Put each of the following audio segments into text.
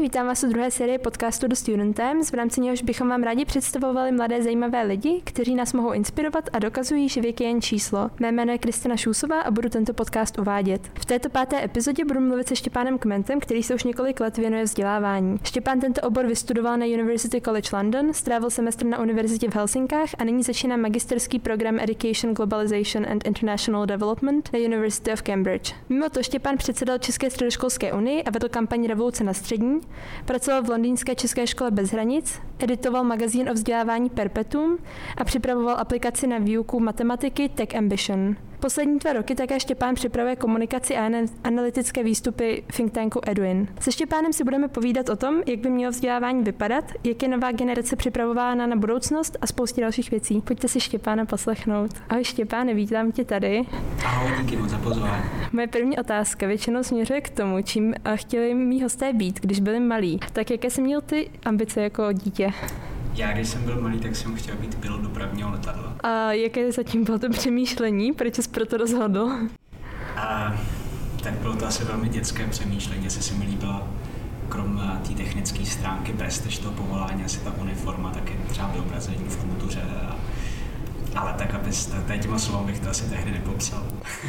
vítám vás u druhé série podcastu The Student Times, v rámci něhož bychom vám rádi představovali mladé zajímavé lidi, kteří nás mohou inspirovat a dokazují, že věk je jen číslo. Mé jméno je Kristina Šusová a budu tento podcast uvádět. V této 5. epizodě budu mluvit se Štěpánem Kmentem, který se už několik let věnuje vzdělávání. Štěpán tento obor vystudoval na University College London, strávil semestr na univerzitě v Helsinkách a nyní začíná magisterský program Education, Globalization and International Development na University of Cambridge. Mimo to Štěpán předsedal České středoškolské unii a vedl kampaň Revoluce na střední, pracoval v londýnské České škole bez hranic, editoval magazín o vzdělávání Perpetuum a připravoval aplikaci na výuku matematiky Tech Ambition. Poslední 2 roky také Štěpán připravuje komunikaci a analytické výstupy think tanku Edwin. Se Štěpánem si budeme povídat o tom, jak by mělo vzdělávání vypadat, jak je nová generace připravována na budoucnost a spoustě dalších věcí. Pojďte si Štěpána poslechnout. Ahoj Štěpáne, vítám tě tady. Ahoj, díky moc za pozvání. Moje první otázka většinou směřuje k tomu, čím chtěli mý hosté být, když byli malí. Tak jaké jsi měl ty ambice jako dítě? Já, když jsem byl malý, tak jsem chtěl být pilot dopravního letadla. A jaké zatím bylo to přemýšlení? Proč jsi pro to rozhodl? Tak bylo to asi velmi dětské přemýšlení, jestli se mi líbila krom té technické stránky prestiž toho povolání, asi ta uniforma, taky třeba vyobrazení v kultuře. Ale tak, aby těma slovem bych to asi tehdy nepopsal.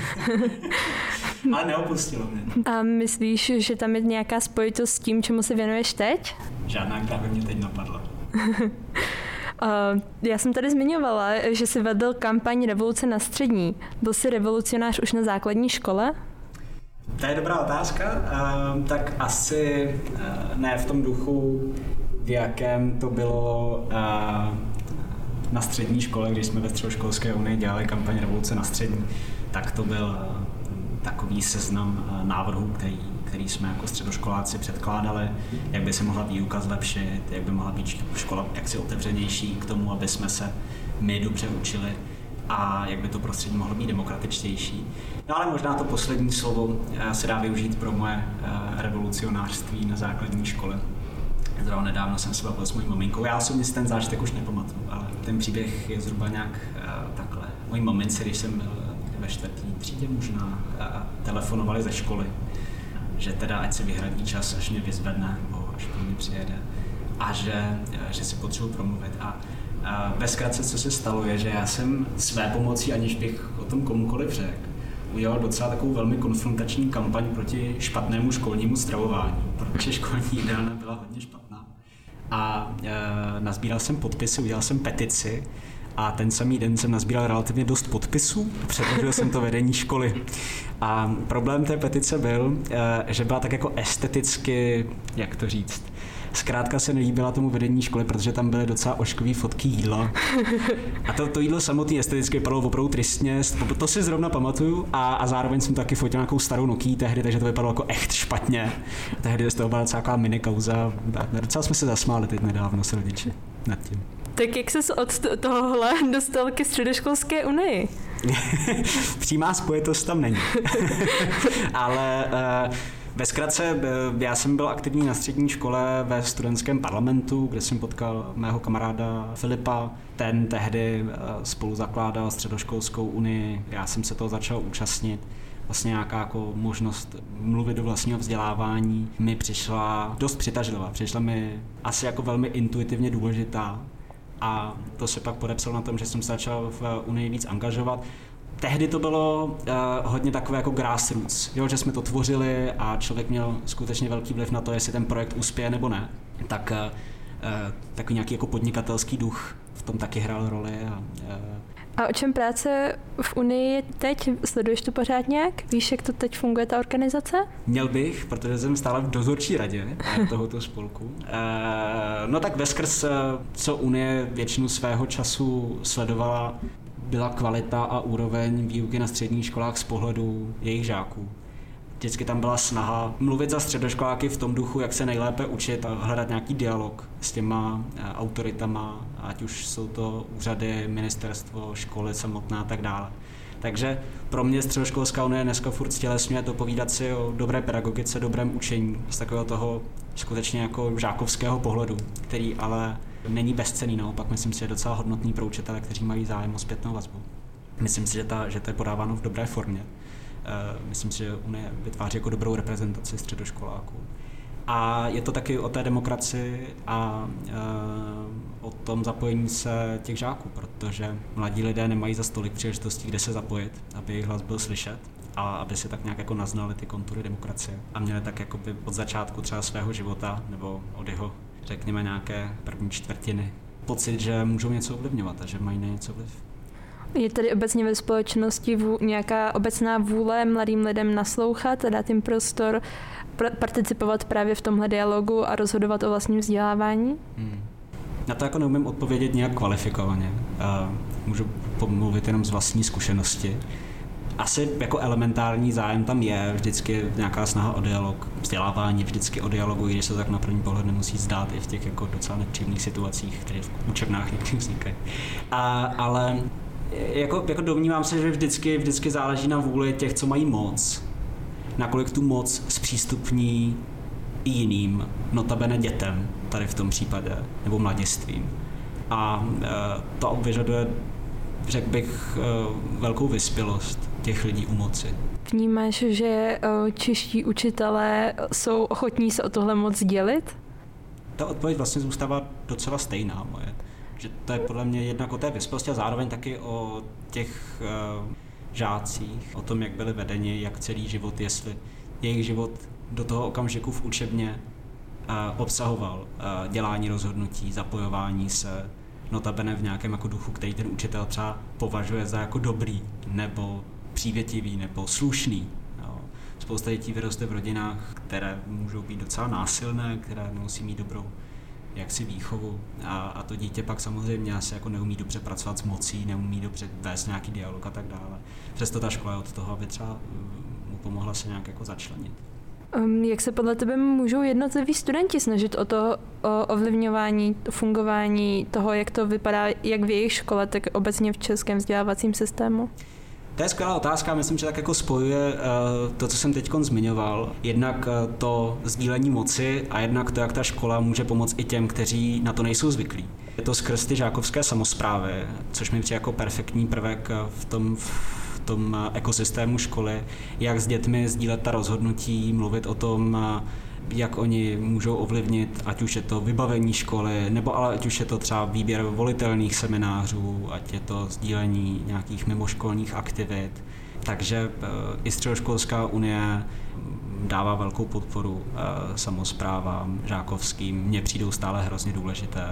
Ale neopustilo mě. A myslíš, že tam je nějaká spojitost s tím, čemu se věnuješ teď? Žádná, která by mě teď napadla. Já jsem tady zmiňovala, že jsi vedl kampaň Revoluce na střední. Byl jsi revolucionář už na základní škole? To je dobrá otázka. Tak asi ne v tom duchu, v jakém to bylo na střední škole, když jsme ve Středoškolské unii dělali kampaň Revoluce na střední, tak to byl takový seznam návrhů, který jsme jako středoškoláci předkládali, jak by se mohla výuka zlepšit, jak by mohla být škola jaksi otevřenější k tomu, aby jsme se my dobře učili a jak by to prostředí mohlo být demokratičtější. No ale možná to poslední slovo se dá využít pro moje revolucionářství na základní škole. Zrovna nedávno jsem se bavil s mojí maminkou. Já osobně si ten zážitek už nepamatuju, ale ten příběh je zhruba nějak takhle. Mojí mamince, když jsem byl ve 4. třídě možná, telefonovali ze školy, že teda ať si vyhradí čas, až mě vyzvedne, nebo až po mě přijede a že si potřebuji promluvit. A ve zkratce, co se stalo, je, že já jsem své pomocí, aniž bych o tom komukoliv řekl, udělal docela takovou velmi konfrontační kampaň proti špatnému školnímu stravování, protože školní jídelna byla hodně špatná. A nazbíral jsem podpisy, udělal jsem petici a ten samý den jsem nazbíral relativně dost podpisů a předložil jsem to vedení školy. A problém té petice byl, že byla tak jako esteticky, jak to říct, zkrátka se nelíbila tomu vedení školy, protože tam byly docela ošklivý fotky jídla. A to jídlo samotné esteticky vypadalo opravdu tristně, to si zrovna pamatuju a zároveň jsem taky fotil nějakou starou Nokii tehdy, takže to vypadalo jako echt špatně. Tehdy z toho byla celá mini kauza. Docela jsme se zasmáli teď nedávno s rodiči nad tím. Tak jak ses od tohohle dostal ke Středoškolské unii? Přímá spojitost tam není. Ale ve zkratce, já jsem byl aktivní na střední škole ve studentském parlamentu, kde jsem potkal mého kamaráda Filipa. Ten tehdy spolu zakládal Středoškolskou unii, já jsem se toho začal účastnit. Vlastně nějaká jako možnost mluvit do vlastního vzdělávání mi přišla dost přitažlivá. Přišla mi asi jako velmi intuitivně důležitá. A to se pak podepsalo na tom, že jsem se začal v unii víc angažovat. Tehdy to bylo hodně takové jako grassroots, jo, že jsme to tvořili a člověk měl skutečně velký vliv na to, jestli ten projekt uspěje nebo ne. Tak takový nějaký jako podnikatelský duch v tom taky hrál roli. A o čem práce v Unii je teď? Sleduješ to pořád nějak? Víš, jak to teď funguje, ta organizace? Měl bych, protože jsem stále v dozorčí radě tohoto spolku. No tak veskrz, co Unie většinu svého času sledovala, byla kvalita a úroveň výuky na středních školách z pohledu jejich žáků. Vždycky tam byla snaha mluvit za středoškoláky v tom duchu, jak se nejlépe učit a hledat nějaký dialog s těma autoritama, ať už jsou to úřady, ministerstvo, školy samotná a tak dále. Takže pro mě Středoškolská unie dneska furt stělesňuje to povídat si o dobré pedagogice, dobrém učení, z takového toho skutečně jako žákovského pohledu, který ale není bezcenný, naopak myslím si, že je docela hodnotný pro učitele, kteří mají zájem o zpětnou vazbu. Myslím si, že to je podáváno v dobré formě. Myslím si, že Unie vytváří jako dobrou reprezentaci středoškoláků. A je to taky o té demokracii a o tom zapojení se těch žáků, protože mladí lidé nemají za tolik příležitostí, kde se zapojit, aby jejich hlas byl slyšet a aby si tak nějak jako naznali ty kontury demokracie a měli tak jakoby od začátku třeba svého života nebo od jeho, řekněme, nějaké první čtvrtiny pocit, že můžou něco ovlivňovat a že mají na něco vliv. Je tady obecně ve společnosti nějaká obecná vůle mladým lidem naslouchat a dát jim prostor participovat právě v tomhle dialogu a rozhodovat o vlastním vzdělávání? Na to jako neumím odpovědět nějak kvalifikovaně. Můžu pomluvit jenom z vlastní zkušenosti. Asi jako elementární zájem tam je, vždycky nějaká snaha o dialog, vzdělávání vždycky o dialogu, i když se to tak na první pohled nemusí zdát i v těch jako docela nepříjemných situacích, které v učebnách někdy vznikají. Ale jako domnívám se, že vždycky záleží na vůli těch, co mají moc, nakolik tu moc zpřístupní i jiným, notabene dětem, tady v tom případě, nebo mladistvím. A to vyžaduje, řekl bych, velkou vyspělost těch lidí u moci. Vnímáš, že čeští učitelé jsou ochotní se o tohle moc dělit? Ta odpověď vlastně zůstává docela stejná moje. Že to je podle mě jednak o té vyspělosti a zároveň taky o těch žácích, o tom, jak byli vedeni, jak celý život, jestli jejich život do toho okamžiku v učebně obsahoval dělání rozhodnutí, zapojování se, notabene v nějakém jako duchu, který ten učitel třeba považuje za jako dobrý, nebo přívětivý, nebo slušný. Jo. Spousta dětí vyroste v rodinách, které můžou být docela násilné, které nemusí mít dobrou jaksi výchovu a to dítě pak samozřejmě asi jako neumí dobře pracovat s mocí, neumí dobře vést nějaký dialog a tak dále. Přesto ta škola je od toho, aby třeba mu pomohla se nějak jako začlenit. Jak se podle tebe můžou jednotliví studenti snažit o to ovlivňování, fungování toho, jak to vypadá jak v jejich škole, tak obecně v českém vzdělávacím systému? To je skvělá otázka, myslím, že tak jako spojuje to, co jsem teď zmiňoval. Jednak to sdílení moci a jednak to, jak ta škola může pomoct i těm, kteří na to nejsou zvyklí. Je to skrz ty žákovské samosprávy, což mi přijde jako perfektní prvek v tom ekosystému školy, jak s dětmi sdílet ta rozhodnutí, mluvit o tom, jak oni můžou ovlivnit, ať už je to vybavení školy, nebo ale ať už je to třeba výběr volitelných seminářů, ať je to sdílení nějakých mimoškolních aktivit. Takže i Středoškolská unie dává velkou podporu samosprávám žákovským. Mně přijdou stále hrozně důležité.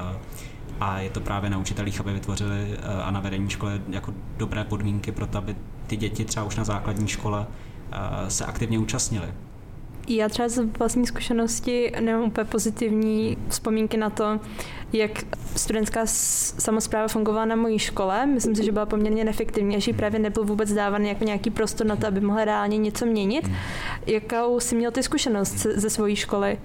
A je to právě na učitelích, aby vytvořili a na vedení školy jako dobré podmínky pro to, aby ty děti třeba už na základní škole se aktivně účastnily. Já třeba z vlastní zkušenosti nemám úplně pozitivní vzpomínky na to, jak studentská samospráva fungovala na mojí škole. Myslím si, že byla poměrně neefektivní a že právě nebyl vůbec dávaný jako nějaký prostor na to, aby mohla reálně něco měnit. Jakou jsi měl ty zkušenost ze své školy?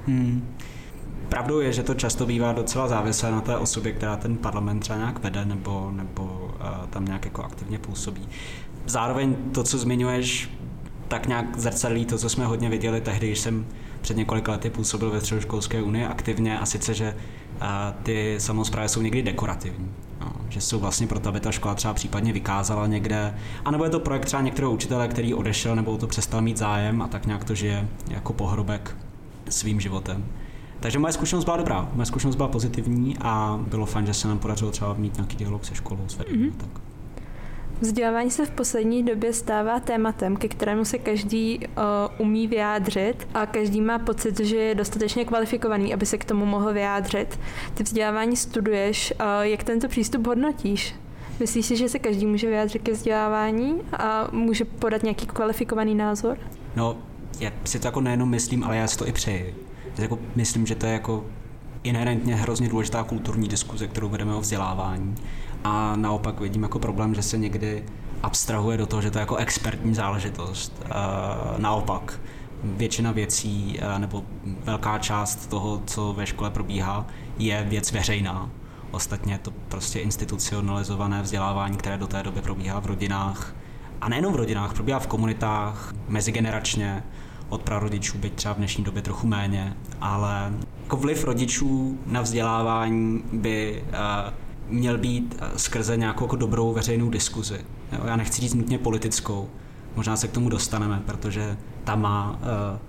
Pravdou je, že to často bývá docela závislé na té osobě, která ten parlament třeba nějak vede nebo tam nějak jako aktivně působí. Zároveň to, co zmiňuješ, tak nějak zrcadlí to, co jsme hodně viděli tehdy, když jsem před několika lety působil ve Středoškolské unii aktivně, a sice, že ty samosprávy jsou někdy dekorativní. No, že jsou vlastně proto, aby ta škola třeba případně vykázala někde, anebo je to projekt třeba některého učitele, který odešel nebo to přestal mít zájem a tak nějak to žije jako pohrobek svým životem. Takže moje zkušenost byla dobrá, moje zkušenost byla pozitivní a bylo fajn, že se nám podařilo třeba mít nějaký dialog se školou, s vedením. Tak. Vzdělávání se v poslední době stává tématem, ke kterému se každý umí vyjádřit a každý má pocit, že je dostatečně kvalifikovaný, aby se k tomu mohl vyjádřit. Ty vzdělávání studuješ, jak tento přístup hodnotíš? Myslíš si, že se každý může vyjádřit ke vzdělávání a může podat nějaký kvalifikovaný názor? No, já si to jako nejenom myslím, ale já si to i přeji. Jako myslím, že to je jako inherentně hrozně důležitá kulturní diskuze, kterou vedeme o vzdělávání. A naopak vidím jako problém, že se někdy abstrahuje do toho, že to je jako expertní záležitost. Naopak, většina věcí nebo velká část toho, co ve škole probíhá, je věc veřejná. Ostatně je to prostě institucionalizované vzdělávání, které do té doby probíhá v rodinách. A nejenom v rodinách, probíhá v komunitách, mezigeneračně, od prarodičů, byť třeba v dnešní době trochu méně, ale jako vliv rodičů na vzdělávání by měl být skrze nějakou jako dobrou veřejnou diskuzi. Jo, já nechci říct nutně politickou, možná se k tomu dostaneme, protože ta má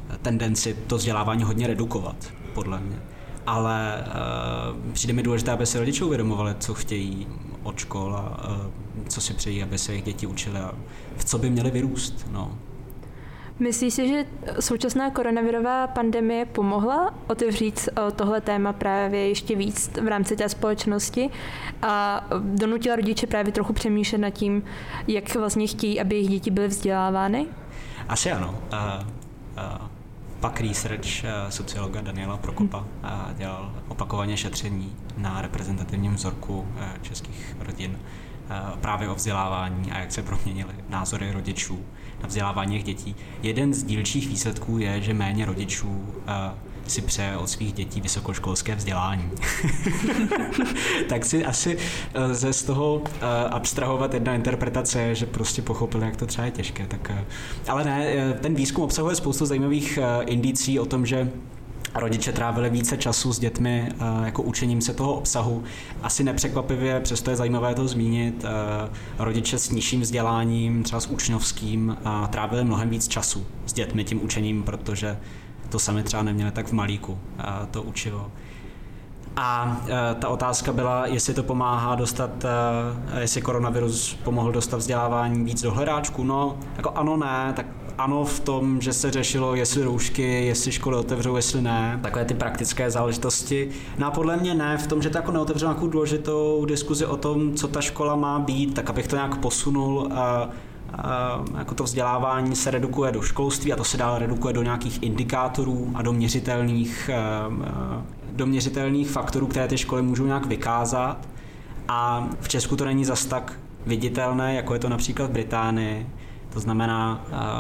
tendenci to vzdělávání hodně redukovat, podle mě. Ale přijde mi důležité, aby se rodiče uvědomovali, co chtějí od škol a co si přejí, aby se jejich děti učili a v co by měli vyrůst. No. Myslíš si, že současná koronavirová pandemie pomohla otevřít tohle téma právě ještě víc v rámci té společnosti a donutila rodiče právě trochu přemýšlet nad tím, jak vlastně chtějí, aby jejich děti byly vzdělávány? Asi ano. Pak research sociologa Daniela Prokopa dělal opakovaně šetření na reprezentativním vzorku českých rodin právě o vzdělávání a jak se proměnily názory rodičů na vzdělávání jejich dětí. Jeden z dílčích výsledků je, že méně rodičů si přeje od svých dětí vysokoškolské vzdělání. Tak si asi lze z toho abstrahovat jedna interpretace, že prostě pochopili, jak to třeba je těžké. Ale ne, ten výzkum obsahuje spoustu zajímavých indicí o tom, že rodiče trávili více času s dětmi jako učením se toho obsahu. Asi nepřekvapivě, přesto je zajímavé to zmínit, rodiče s nižším vzděláním, třeba s učňovským, trávili mnohem víc času s dětmi tím učením, protože to sami třeba neměli tak v malíku, to učivo. A ta otázka byla, jestli to pomáhá dostat, jestli koronavirus pomohl dostat vzdělávání víc do hledáčku. No, jako ano, ne, tak ano v tom, že se řešilo, jestli roušky, jestli školy otevřou, jestli ne, takové ty praktické záležitosti. No a podle mě ne, v tom, že to jako neotevřelo nějakou důležitou diskuzi o tom, co ta škola má být, tak abych to nějak posunul. Jako to vzdělávání se redukuje do školství a to se dál redukuje do nějakých indikátorů a do měřitelných faktorů, které ty školy můžou nějak vykázat. A v Česku to není zas tak viditelné, jako je to například v Británii. To znamená,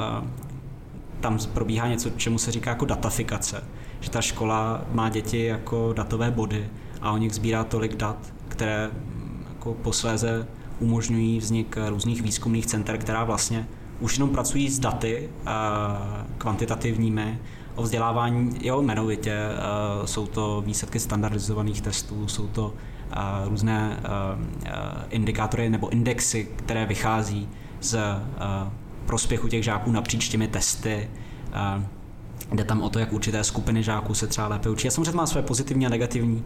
tam probíhá něco, čemu se říká jako datafikace. Že ta škola má děti jako datové body a o nich sbírá tolik dat, které jako posléze umožňují vznik různých výzkumných center, která vlastně už jenom pracují s daty kvantitativními o vzdělávání, jo, jmenovitě. Jsou to výsledky standardizovaných testů, jsou to různé indikátory nebo indexy, které vychází z prospěchu těch žáků napříč těmi testy. Jde tam o to, jak určité skupiny žáků se třeba lépe učí. Já samozřejmě má své pozitivní a negativní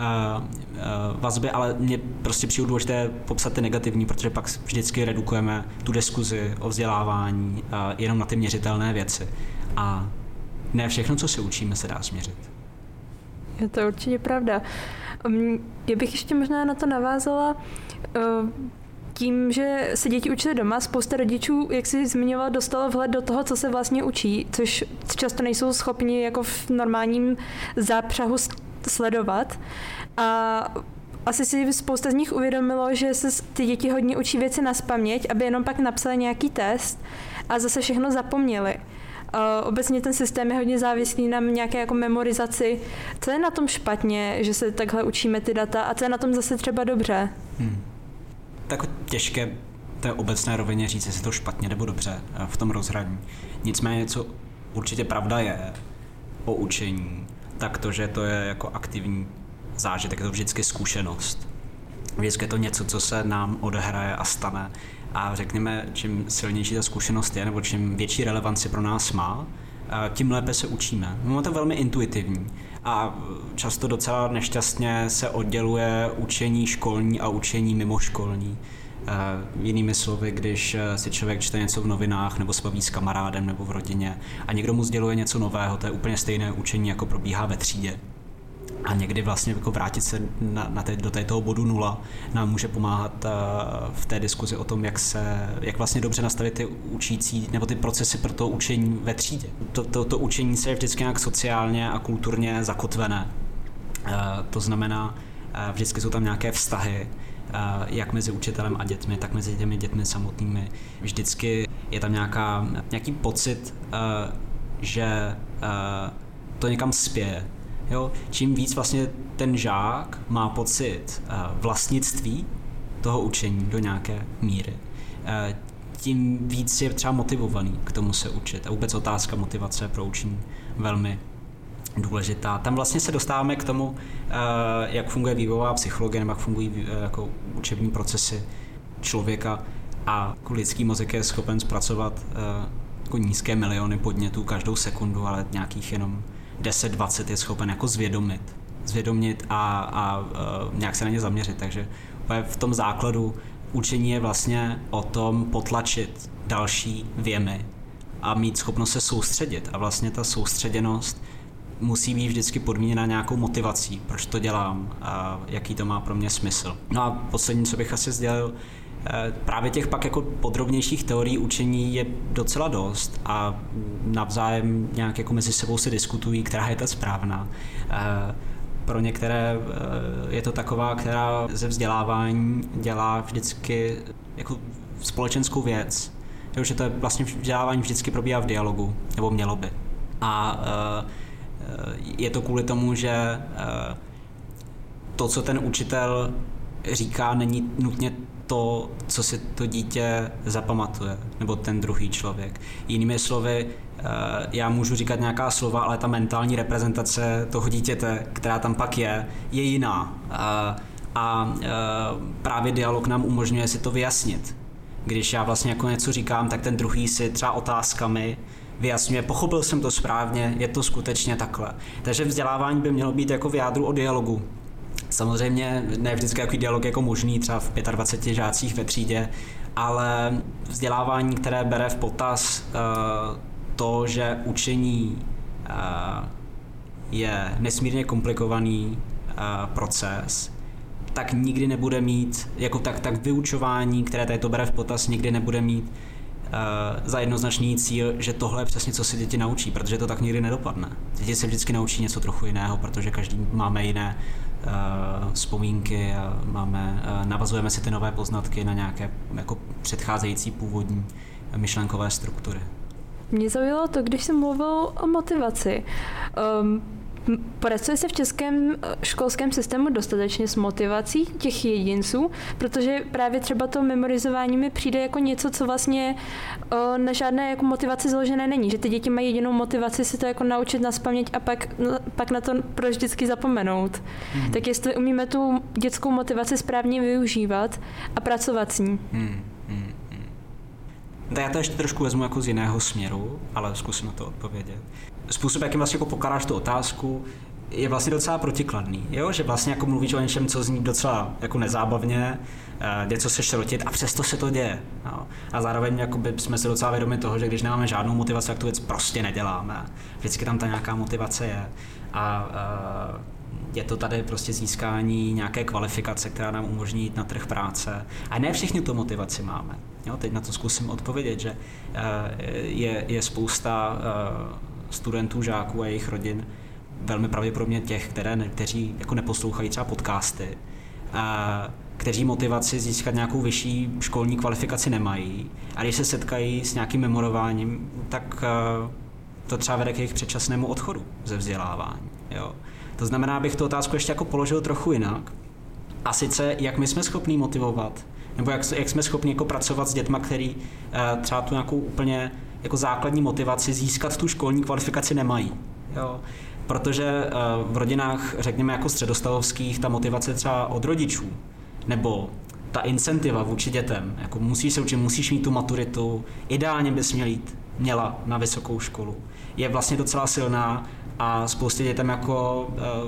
vazby, ale mně prostě přijde důležité popsat ty negativní, protože pak vždycky redukujeme tu diskuzi o vzdělávání jenom na ty měřitelné věci. A ne všechno, co se učíme, se dá změřit. Je to určitě pravda. Já bych ještě možná na to navázala. Tím, že se děti učily doma, spousta rodičů, jak jsi zmiňovala, dostalo vhled do toho, co se vlastně učí, což často nejsou schopni jako v normálním zápřahu sledovat. A asi si spousta z nich uvědomilo, že se ty děti hodně učí věci nazpaměť, aby jenom pak napsali nějaký test a zase všechno zapomněli. Obecně ten systém je hodně závislý na nějaké jako memorizaci. Co je na tom špatně, že se takhle učíme ty data a co je na tom zase třeba dobře? Tak těžké té obecné rovině říct, jestli to špatně nebo dobře v tom rozhraní. Nicméně, co určitě pravda je o učení, tak to, že to je jako aktivní zážitek, je to vždycky zkušenost. Vždycky je to něco, co se nám odehraje a stane. A řekněme, čím silnější ta zkušenost je, nebo čím větší relevanci pro nás má, tím lépe se učíme. Máme to velmi intuitivní a často docela nešťastně se odděluje učení školní a učení mimoškolní. Jinými slovy, když si člověk čte něco v novinách nebo se baví s kamarádem nebo v rodině a někdo mu sděluje něco nového, to je úplně stejné učení, jako probíhá ve třídě. A někdy vlastně jako vrátit se do toho bodu 0 nám může pomáhat v té diskuzi o tom, jak vlastně dobře nastavit ty učící nebo ty procesy pro to učení ve třídě. To učení se je vždycky nějak sociálně a kulturně zakotvené. To znamená, vždycky jsou tam nějaké vztahy, jak mezi učitelem a dětmi, tak mezi těmi dětmi samotnými. Vždycky je tam nějaký pocit, že to někam spěje. Jo, čím víc vlastně ten žák má pocit vlastnictví toho učení do nějaké míry, tím víc je třeba motivovaný k tomu se učit. A vůbec otázka motivace pro učení velmi důležitá. Tam vlastně se dostáváme k tomu, jak funguje vývojová psychologie, nebo jak fungují jako učební procesy člověka a lidský mozek je schopen zpracovat jako nízké miliony podnětů každou sekundu, ale nějakých jenom 10-20 je schopen jako zvědomit a nějak se na ně zaměřit. Takže v tom základu učení je vlastně o tom potlačit další věmy a mít schopnost se soustředit. A vlastně ta soustředěnost musí být vždycky podmíněna nějakou motivací, proč to dělám a jaký to má pro mě smysl. No a poslední, co bych asi sdělil, právě těch pak jako podrobnějších teorií učení je docela dost a navzájem nějak jako mezi sebou se diskutují, která je ta správná. Pro některé je to taková, která ze vzdělávání dělá vždycky jako společenskou věc. Že to je vlastně vzdělávání vždycky probíhá v dialogu, nebo mělo by. A je to kvůli tomu, že to, co ten učitel říká, není nutně to, co si to dítě zapamatuje, nebo ten druhý člověk. Jinými slovy, já můžu říkat nějaká slova, ale ta mentální reprezentace toho dítěte, která tam pak je jiná. A právě dialog nám umožňuje si to vyjasnit. Když já vlastně jako něco říkám, tak ten druhý si třeba otázkami vyjasňuje, pochopil jsem to správně, je to skutečně takhle. Takže vzdělávání by mělo být jako v jádru o dialogu. Samozřejmě ne vždycky jaký dialog jako možný, třeba v 25 žácích ve třídě, ale vzdělávání, které bere v potaz to, že učení je nesmírně komplikovaný proces, tak nikdy nebude mít, jako tak vyučování, které tady to bere v potaz, nikdy nebude mít za jednoznačný cíl, že tohle je přesně, co se děti naučí, protože to tak nikdy nedopadne. Děti se vždycky naučí něco trochu jiného, protože každý máme jiné vzpomínky a navazujeme si ty nové poznatky na nějaké jako předcházející původní myšlenkové struktury. Mě zaujalo to, když jsem mluvil o motivaci. Pracuje se v českém školském systému dostatečně s motivací těch jedinců, protože právě třeba to memorizování mi přijde jako něco, co vlastně na žádné jako motivaci založené není, že ty děti mají jedinou motivaci si to jako naučit nazpaměť a pak na to vždycky zapomenout. Tak jestli umíme tu dětskou motivaci správně využívat a pracovat s ní. Tak já to ještě trošku vezmu jako z jiného směru, ale zkusím na to odpovědět. Způsob, jakým vlastně jako pokládáš tu otázku, je vlastně docela protikladný, jo? Že vlastně jako mluvíš o něčem, co zní docela jako nezábavně, něco se šrotit a přesto se to děje. Jo? A zároveň jakoby jsme si docela vědomi toho, že když nemáme žádnou motivaci, tak tu věc prostě neděláme. Vždycky tam ta nějaká motivace je. A je to tady prostě získání nějaké kvalifikace, která nám umožní jít na trh práce. A ne všichni tu motivaci máme. Jo? Teď na to zkusím odpovědět, že je spousta studentů, žáků a jejich rodin, velmi pravděpodobně těch, kteří jako neposlouchají třeba podcasty, kteří motivaci získat nějakou vyšší školní kvalifikaci nemají. A když se setkají s nějakým memorováním, tak to třeba vede k jejich předčasnému odchodu ze vzdělávání. Jo. To znamená, abych tu otázku ještě jako položil trochu jinak. A sice, jak my jsme schopní motivovat, nebo jak jsme schopni jako pracovat s dětma, který třeba tu nějakou úplně jako základní motivaci získat tu školní kvalifikaci nemají. Jo. Protože v rodinách, řekněme jako středostavovských, ta motivace třeba od rodičů, nebo ta incentiva vůči dětem, jako musíš se učit, musíš mít tu maturitu, ideálně bys měla na vysokou školu, je vlastně docela silná a spoustě dětem jako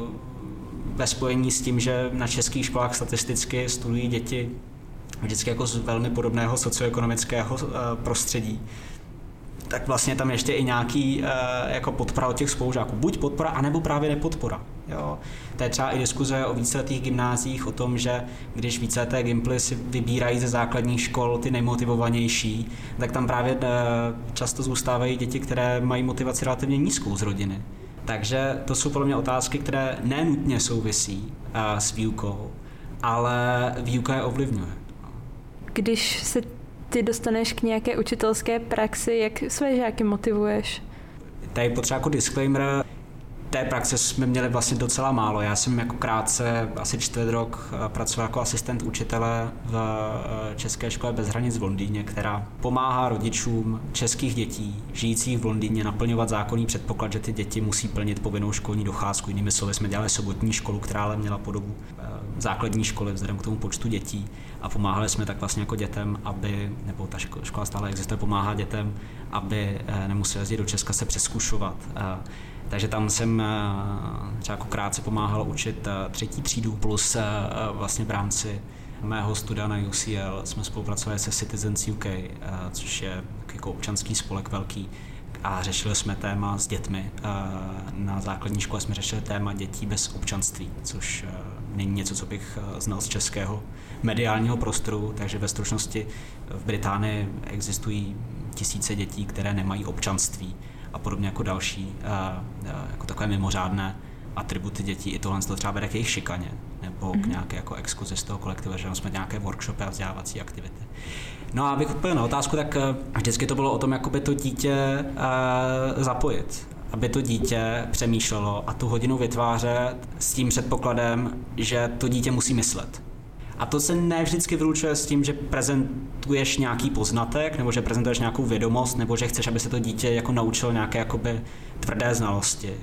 ve spojení s tím, že na českých školách statisticky studují děti vždycky jako z velmi podobného socioekonomického prostředí, tak vlastně tam ještě i nějaký jako podpora od těch spolužáků. Buď podpora, anebo právě nepodpora. Jo. To je třeba i diskuze o víceletých gymnáziích, o tom, že když víceleté gymply si vybírají ze základních škol ty nejmotivovanější, tak tam právě často zůstávají děti, které mají motivaci relativně nízkou z rodiny. Takže to jsou podle mě otázky, které nenutně souvisí s výukou, ale výuka je ovlivňuje. Když se ty dostaneš k nějaké učitelské praxi, jak své žáky motivuješ? Tady potřeba jako disclaimer, té praxe jsme měli vlastně docela málo. Já jsem jako krátce, asi 4 rok pracoval jako asistent učitele v České škole bez hranic v Londýně, která pomáhá rodičům českých dětí žijících v Londýně naplňovat zákonný předpoklad, že ty děti musí plnit povinnou školní docházku. Jinými slovy jsme dělali sobotní školu, která ale měla podobu základní školy vzhledem k tomu počtu dětí a pomáhali jsme tak vlastně jako dětem, nebo ta škola stále existuje, pomáhá dětem, aby nemuseli jezdit do Česka se přezkušovat. Takže tam jsem třeba jako krátce pomáhal učit 3. třídu plus vlastně v rámci mého studia na UCL jsme spolupracovali se Citizens UK, což je jako občanský spolek velký, a řešili jsme téma s dětmi. Na základní škole jsme řešili téma dětí bez občanství, což není něco, co bych znal z českého mediálního prostoru, takže ve stručnosti v Británii existují tisíce dětí, které nemají občanství a podobně jako další, jako takové mimořádné atributy dětí. I tohle to třeba vede k jejich šikaně nebo k nějaké jako exkluzi z toho kolektiva, že jsme nějaké workshopy a vzdělávací aktivity. No a abych odpověděl na otázku, tak vždycky to bylo o tom, jakoby to dítě zapojit. Aby to dítě přemýšlelo a tu hodinu vytvářet s tím předpokladem, že to dítě musí myslet. A to se ne vždycky vylučuje s tím, že prezentuješ nějaký poznatek, nebo že prezentuješ nějakou vědomost, nebo že chceš, aby se to dítě jako naučilo nějaké jakoby tvrdé znalosti.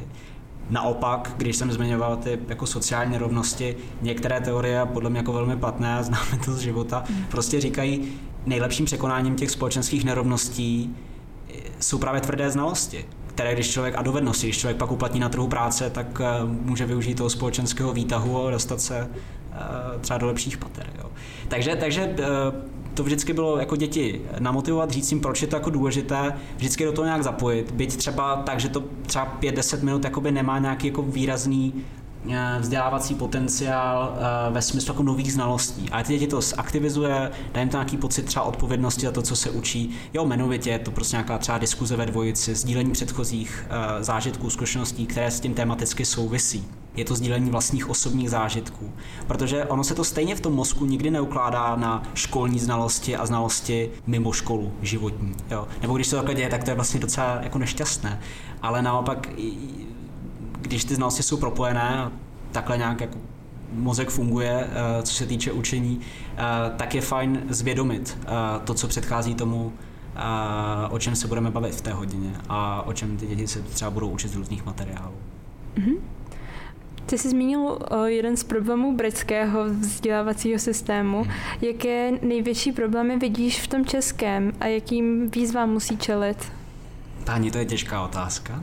Naopak, když jsem zmiňoval ty jako sociální nerovnosti, některé teorie, podle mě jako velmi platné, známe to z života, prostě říkají, nejlepším překonáním těch společenských nerovností jsou právě tvrdé znalosti, které a dovednosti, když člověk pak uplatní na trhu práce, tak může využít toho společenského výtahu a dostat se třeba do lepších pater. Jo. Takže to vždycky bylo jako děti namotivovat, říct jim, proč je to jako důležité, vždycky do toho nějak zapojit, byť třeba tak, že to třeba 5-10 minut jakoby nemá nějaký jako výrazný vzdělávací potenciál ve smyslu jako nových znalostí. Ale ty děti to zaktivizuje, dá jim to nějaký pocit třeba odpovědnosti za to, co se učí. Jo, jmenovitě je to prostě nějaká třeba diskuze ve dvojici, sdílení předchozích zážitků, zkušeností, které s tím tematicky souvisí. Je to sdílení vlastních osobních zážitků, protože ono se to stejně v tom mozku nikdy neukládá na školní znalosti a znalosti mimo školu, životní. Jo. Nebo když se to takhle děje, tak to je vlastně docela jako nešťastné. Ale naopak, když ty znalosti jsou propojené, takhle nějak jako mozek funguje, co se týče učení, tak je fajn zvědomit to, co předchází tomu, o čem se budeme bavit v té hodině a o čem ty děti se třeba budou učit z různých materiálů. Mm-hmm. Ty jsi zmínil jeden z problémů britského vzdělávacího systému. Jaké největší problémy vidíš v tom českém a jakým výzvám musí čelit? Táni, to je těžká otázka.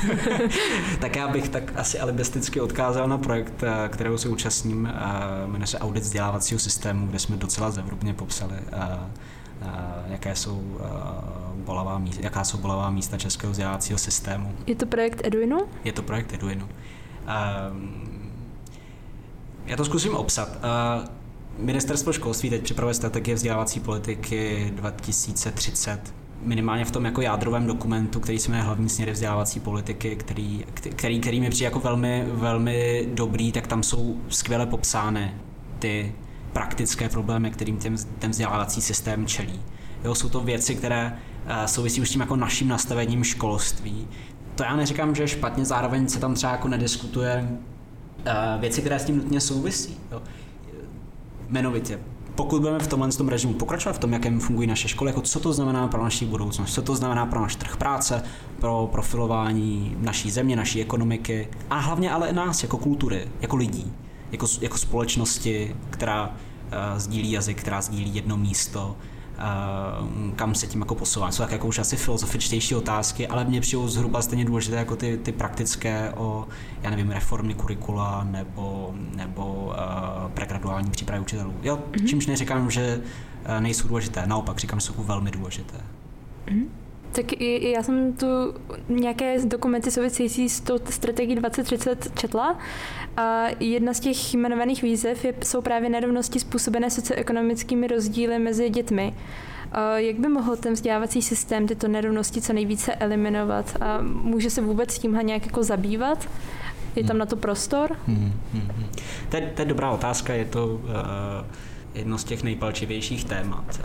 Tak já bych tak asi alibisticky odkázal na projekt, kterého se účastním, jmenuje se Audit vzdělávacího systému, kde jsme docela zevrubně popsali, jaká jsou bolavá místa českého vzdělávacího systému. Je to projekt Eduinu? Je to projekt Eduinu. Já to zkusím obsat. Ministerstvo školství teď připravuje strategie vzdělávací politiky 2030. Minimálně v tom jako jádrovém dokumentu, který se jmenuje Hlavní směry vzdělávací politiky, který mi přijde jako velmi, velmi dobrý, tak tam jsou skvěle popsány ty praktické problémy, kterým ten vzdělávací systém čelí. Jo, jsou to věci, které souvisí už s tím jako naším nastavením školství. To já neříkám, že je špatně, zároveň se tam třeba jako nediskutuje věci, které s tím nutně souvisí. Jo. Jmenovitě, pokud budeme v tomhle režimu pokračovat v tom, jakém fungují naše školy, jako co to znamená pro naši budoucnost, co to znamená pro náš trh práce, pro profilování naší země, naší ekonomiky a hlavně ale i nás jako kultury, jako lidí, jako společnosti, která sdílí jazyk, která sdílí jedno místo, kam se tím jako posouvá. Jsou tak jako už asi filozofičtější otázky, ale mně přijdou zhruba stejně důležité jako ty praktické o, já nevím, reformy kurikula nebo pregraduální přípravy učitelů. Jo, čímž neříkám, že nejsou důležité, naopak říkám, že jsou velmi důležité. Tak já jsem tu nějaké dokumenty související s tou strategií 2030 četla a jedna z těch jmenovaných výzev jsou právě nerovnosti způsobené socioekonomickými rozdíly mezi dětmi. Jak by mohl ten vzdělávací systém tyto nerovnosti co nejvíce eliminovat a může se vůbec tímhle nějak jako zabývat? Je tam na to prostor? To je dobrá otázka, je to jedno z těch nejpalčivějších témat.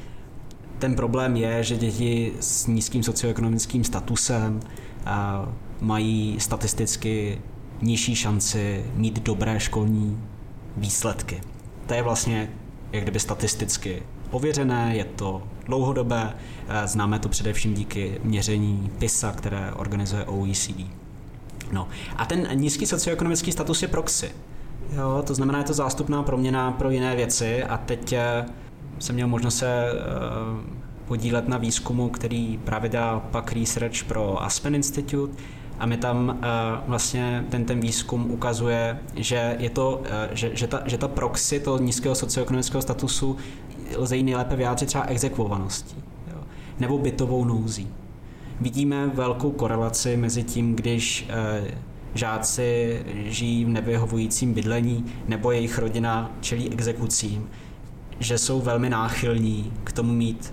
Ten problém je, že děti s nízkým socioekonomickým statusem mají statisticky nižší šanci mít dobré školní výsledky. To je vlastně jak kdyby statisticky ověřené, je to dlouhodobé, známe to především díky měření PISA, které organizuje OECD. No. A ten nízký socioekonomický status je proxy. Jo, to znamená, je to zástupná proměna pro jiné věci a teď jsem měl možnost se podílet na výzkumu, který právě dělá pak research pro Aspen Institute a mi tam vlastně ten výzkum ukazuje, že je to, že ta proxy toho nízkého socioekonomického statusu lze ji nejlépe vyjádřit třeba exekvovaností, jo, nebo bytovou nouzí. Vidíme velkou korelaci mezi tím, když žáci žijí v nevyhovujícím bydlení nebo jejich rodina čelí exekucím, že jsou velmi náchylní k tomu mít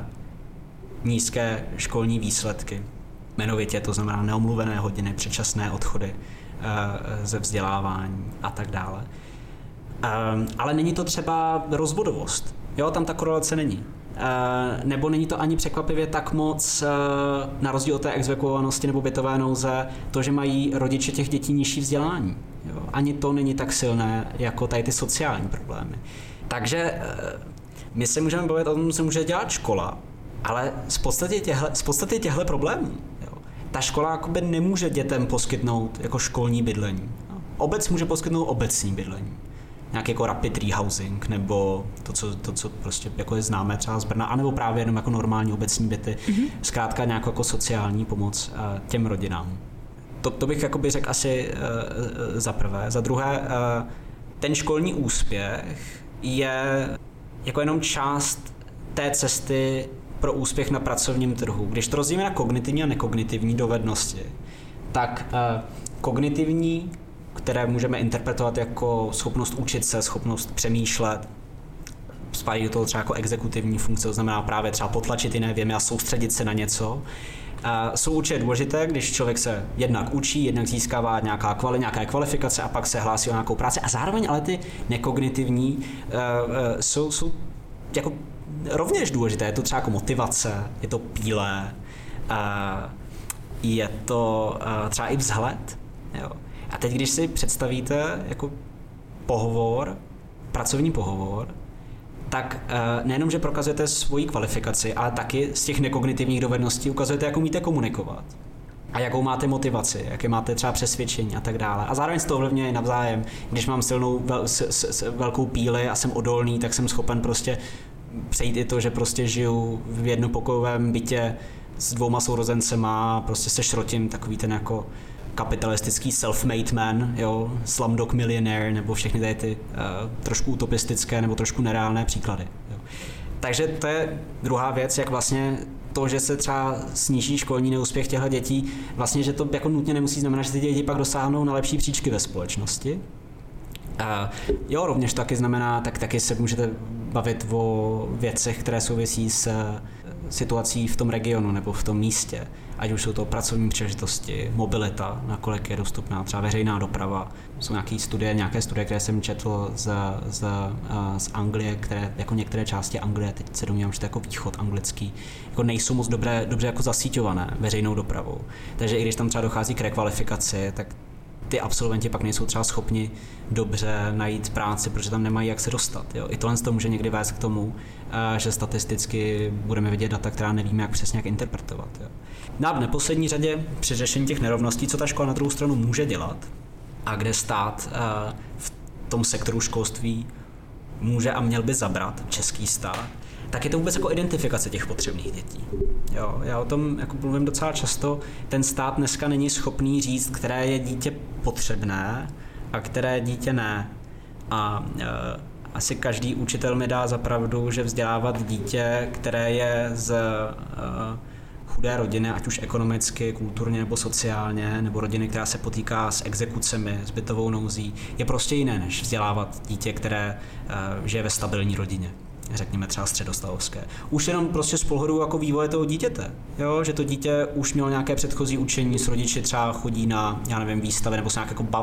nízké školní výsledky. Jmenovitě to znamená neomluvené hodiny, předčasné odchody ze vzdělávání a tak dále. Ale není to třeba rozvodovost. Jo, tam ta korelace není. Nebo není to ani překvapivě tak moc, na rozdíl od té exekvovanosti nebo bytové nouze, to, že mají rodiče těch dětí nižší vzdělání. Jo, ani to není tak silné jako tady ty sociální problémy. Takže my se můžeme bavit o tom, co může dělat škola, ale z podstaty těchto problémů. Jo. Ta škola jakoby nemůže dětem poskytnout jako školní bydlení. Jo. Obec může poskytnout obecní bydlení. Nějaký jako rapid rehousing, nebo to, co prostě jako je známé třeba z Brna, anebo právě jenom jako normální obecní byty. Zkrátka nějakou jako sociální pomoc těm rodinám. To bych jakoby řekl asi za prvé. Za druhé, ten školní úspěch je jako jenom část té cesty pro úspěch na pracovním trhu. Když to rozdělíme na kognitivní a nekognitivní dovednosti, tak kognitivní, které můžeme interpretovat jako schopnost učit se, schopnost přemýšlet, spadají do toho třeba jako exekutivní funkce, to znamená právě třeba potlačit jiné věmy a soustředit se na něco. Jsou určitě důležité, když člověk se jednak učí, jednak získává nějaké kvalifikace a pak se hlásí o nějakou práci. A zároveň ale ty nekognitivní jsou jako rovněž důležité. Je to třeba jako motivace, je to píle, je to třeba i vzhled. Jo. A teď, když si představíte jako pracovní pohovor, tak nejenom, že prokazujete svoji kvalifikaci, ale taky z těch nekognitivních dovedností ukazujete, jak umíte komunikovat a jakou máte motivaci, jaké máte třeba přesvědčení a tak dále. A zároveň se to ovlivňuje navzájem. Když mám silnou velkou píli a jsem odolný, tak jsem schopen prostě přejít i to, že prostě žiju v jednopokojovém bytě s 2 sourozencema a prostě se šrotím, takový ten jako kapitalistický self-made man, jo, Slumdog Millionaire, nebo všechny tady ty trošku utopistické nebo trošku nereálné příklady. Jo. Takže to je druhá věc, jak vlastně to, že se třeba sníží školní neúspěch těchto dětí, vlastně, že to jako nutně nemusí znamenat, že ty děti pak dosáhnou na lepší příčky ve společnosti. Jo, rovněž taky znamená, taky se můžete bavit o věcech, které souvisí s situací v tom regionu nebo v tom místě. Ať už jsou to pracovní příležitosti, mobilita, nakolik je dostupná, třeba veřejná doprava. Jsou nějaké studie, které jsem četl z Anglie, které jako některé části Anglie, teď se domnívám, že to je jako východ anglický, jako nejsou moc dobře jako zasíťované veřejnou dopravou. Takže i když tam třeba dochází k rekvalifikaci, tak ty absolventi pak nejsou třeba schopni dobře najít práci, protože tam nemají jak se dostat. Jo. I tohle to může někdy vést k tomu, že statisticky budeme vidět data, která nevíme, jak přesně jak interpretovat. Jo. No a v neposlední řadě při řešení těch nerovností, co ta škola na druhou stranu může dělat a kde stát v tom sektoru školství může a měl by zabrat, český stát, tak je to vůbec jako identifikace těch potřebných dětí. Jo, já o tom jako mluvím docela často. Ten stát dneska není schopný říct, které je dítě potřebné a které dítě ne. A asi každý učitel mi dá za pravdu, že vzdělávat dítě, které je z chudé rodiny, ať už ekonomicky, kulturně nebo sociálně, nebo rodiny, která se potýká s exekucemi, s bytovou nouzí, je prostě jiné, než vzdělávat dítě, které žije ve stabilní rodině. Řekněme třeba středostavovské. Už jenom prostě z pohledu jako vývoje toho dítěte, jo? Že to dítě už mělo nějaké předchozí učení, s rodiči třeba chodí na, já nevím, výstavy, nebo se nějak jako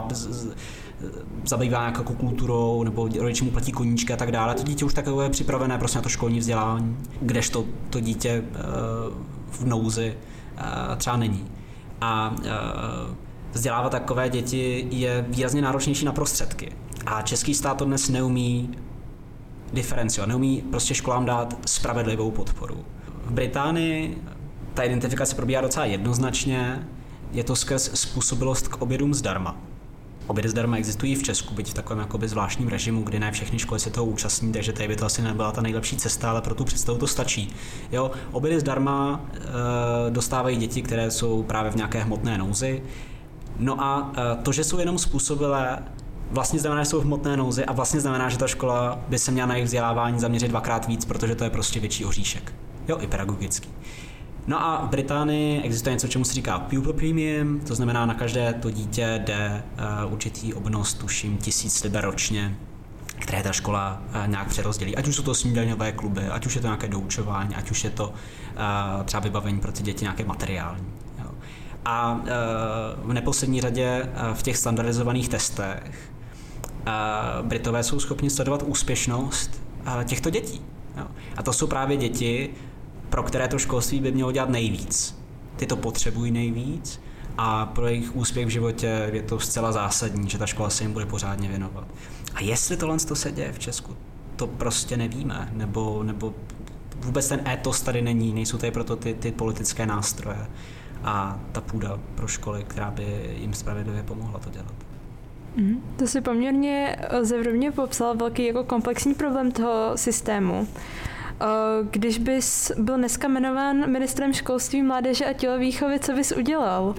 zabývá nějakou jako kulturou, nebo rodiči mu platí koníčky a tak dále. To dítě už takové je připravené prostě na to školní vzdělávání, kdežto to dítě v nouzi třeba není. A vzdělávat takové děti je výrazně náročnější na prostředky. A český stát to dnes neumí diferenciovat, neumí prostě školám dát spravedlivou podporu. V Británii ta identifikace probíhá docela jednoznačně, je to skrz způsobilost k obědům zdarma. Obědy zdarma existují v Česku, byť v takovém jakoby zvláštním režimu, kdy ne všechny školy se toho účastní, takže tady by to asi nebyla ta nejlepší cesta, ale pro tu představu to stačí. Jo, obědy zdarma dostávají děti, které jsou právě v nějaké hmotné nouzi. No a to, že jsou jenom způsobilé, vlastně znamená, že jsou v hmotné nouzi a vlastně znamená, že ta škola by se měla na jejich vzdělávání zaměřit 2x víc, protože to je prostě větší oříšek. Jo, i pedagogický. No a v Británii existuje něco, čemu se říká pupil premium, to znamená, na každé to dítě jde určitý obnos, tuším 1000 liber ročně, které ta škola nějak přerozdělí. Ať už jsou to snídaňové kluby, ať už je to nějaké doučování, ať už je to třeba vybavení pro ty děti nějaké materiální. Jo. A v neposlední řadě v těch standardizovaných testech Britové jsou schopni sledovat úspěšnost těchto dětí. Jo. A to jsou právě děti, pro které to školství by mělo dělat nejvíc. Ty to potřebují nejvíc a pro jejich úspěch v životě je to zcela zásadní, že ta škola se jim bude pořádně věnovat. A jestli tohle se děje v Česku, to prostě nevíme, nebo vůbec ten étos tady není, nejsou tady proto ty politické nástroje a ta půda pro školy, která by jim spravedlivě pomohla to dělat. To si poměrně zevrubně popsal velký jako komplexní problém toho systému. Když bys byl dneska jmenován ministrem školství, mládeže a tělovýchovy, co bys udělal?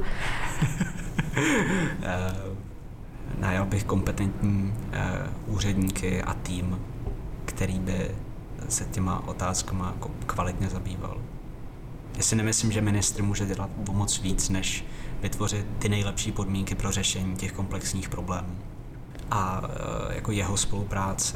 Najal bych kompetentní úředníky a tým, který by se těma otázkama kvalitně zabýval. Já si nemyslím, že ministr může dělat o moc víc, než vytvořit ty nejlepší podmínky pro řešení těch komplexních problémů. A jako jeho spolupráce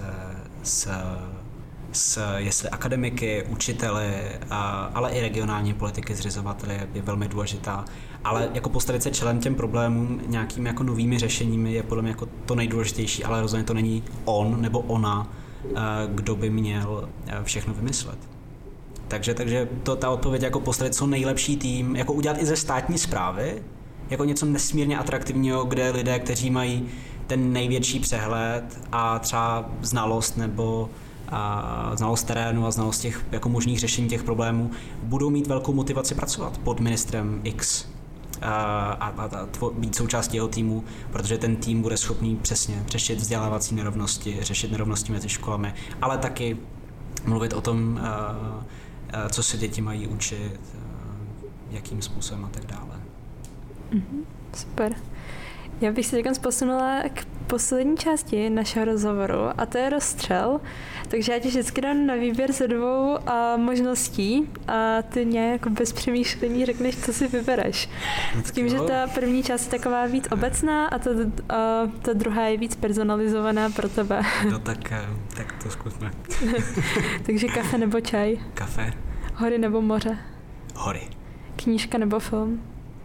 jestli akademiky, učiteli, ale i regionální politiky, zřizovateli je velmi důležitá. Ale jako postavit se čelem těm problémům nějakými jako novými řešeními je podle mě jako to nejdůležitější, ale rozhodně to není on nebo ona, kdo by měl všechno vymyslet. Takže ta odpověď jako postavit co nejlepší tým, jako udělat i ze státní správy, jako něco nesmírně atraktivního, kde lidé, kteří mají ten největší přehled a třeba znalost nebo znalost terénu a znalost těch jako možných řešení těch problémů, budou mít velkou motivaci pracovat pod ministrem X a být součástí jeho týmu, protože ten tým bude schopný přesně řešit vzdělávací nerovnosti, řešit nerovnosti mezi školami, ale taky mluvit o tom, co se děti mají učit, jakým způsobem a tak dále. Super. Já bych se teď posunula k poslední části našeho rozhovoru a to je rozstřel. Takže já ti vždycky dám na výběr ze 2 možností a ty nějak bez přemýšlení řekneš, co si vybereš. S tím, že ta první část je taková víc obecná a ta druhá je víc personalizovaná pro tebe. No tak to zkusme. Takže kafe nebo čaj? Kafe. Hory nebo moře? Hory. Knížka nebo film?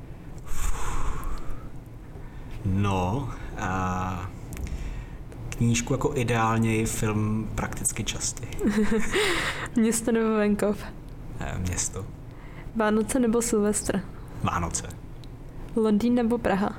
No, knížku jako ideálněji, film prakticky častěji. Město nebo venkov? Město. Vánoce nebo Silvestr? Vánoce. Londýn nebo Praha?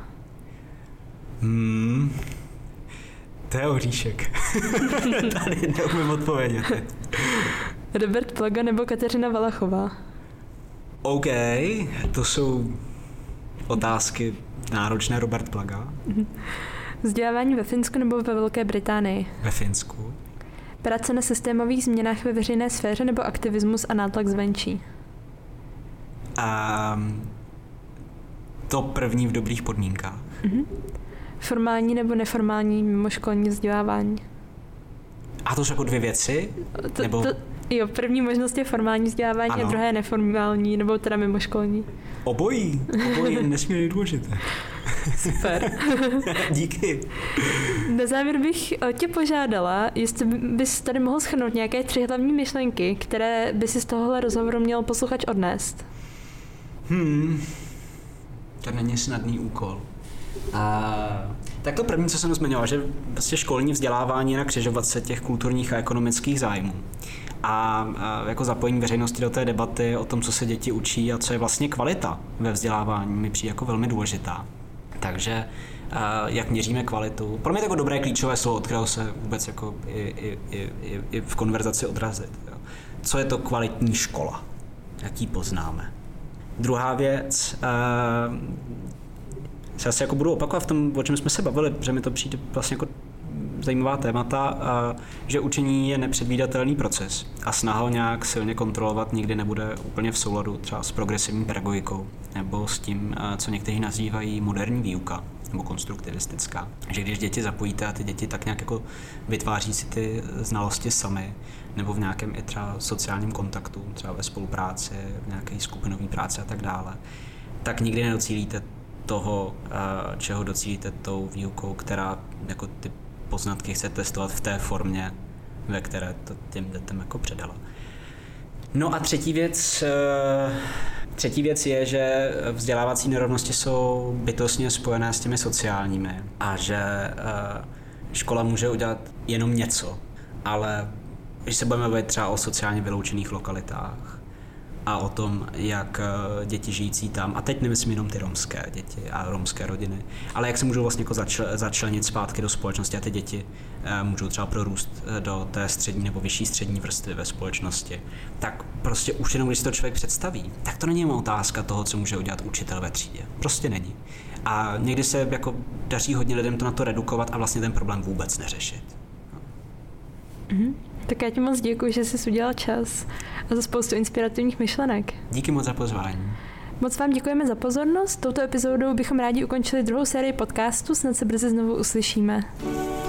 To je oříšek. Tady neumím odpovědět. Robert Plaga nebo Kateřina Valachová? OK, to jsou otázky náročné. Robert Plaga. Vzdělávání ve Finsku nebo ve Velké Británii? Ve Finsku. Práce na systémových změnách ve veřejné sféře nebo aktivismus a nátlak zvenčí? To první v dobrých podmínkách. Formální nebo neformální mimoškolní vzdělávání? A to jsou jako 2 věci? Jo, první možnost je formální vzdělávání a druhé neformální, nebo teda mimoškolní. Obojí je nesmírně důležité. Super. Díky. Na závěr bych tě požádala, jestli bys tady mohl shrnout nějaké 3 hlavní myšlenky, které by si z tohohle rozhovoru měl posluchač odnést. To není snadný úkol. Tak to první, co jsem zmiňoval, že vlastně školní vzdělávání je na křižovatce těch kulturních a ekonomických zájmů. A jako zapojení veřejnosti do té debaty o tom, co se děti učí a co je vlastně kvalita ve vzdělávání, mi přijde jako velmi důležitá. Takže jak měříme kvalitu. Pro mě je to dobré klíčové slovo, od kterého se vůbec jako i v konverzaci odrazit. Jo. Co je to kvalitní škola? Jak ji poznáme? Druhá věc, se asi jako budu opakovat v tom, o čem jsme se bavili, že mi to přijde vlastně jako zajímavá témata, že učení je nepředvídatelný proces a snaha ho nějak silně kontrolovat nikdy nebude úplně v souladu třeba s progresivní pedagogikou nebo s tím, co někteří nazývají moderní výuka nebo konstruktivistická. Že když děti zapojíte a ty děti tak nějak jako vytváří si ty znalosti sami nebo v nějakém i třeba sociálním kontaktu, třeba ve spolupráci, v nějaké skupinové práci a tak dále, tak nikdy nedocílíte toho, čeho docílíte tou výukou, která jako ty poznatky chce testovat v té formě, ve které to těm dětem jako předala. No a třetí věc je, že vzdělávací nerovnosti jsou bytostně spojené s těmi sociálními a že škola může udělat jenom něco, ale když se budeme bavit třeba o sociálně vyloučených lokalitách a o tom, jak děti žijící tam, a teď nemyslím jenom ty romské děti a romské rodiny, ale jak se můžou vlastně jako začlenit zpátky do společnosti a ty děti můžou třeba prorůst do té střední nebo vyšší střední vrstvy ve společnosti, tak prostě už jenom když si to člověk představí, tak to není jen otázka toho, co může udělat učitel ve třídě. Prostě není. A někdy se jako daří hodně lidem to na to redukovat a vlastně ten problém vůbec neřešit. Mhm. Tak já ti moc děkuji, že jsi udělal čas a za spoustu inspirativních myšlenek. Díky moc za pozvání. Moc vám děkujeme za pozornost. Touto epizodou bychom rádi ukončili druhou sérii podcastu, snad se brzy znovu uslyšíme.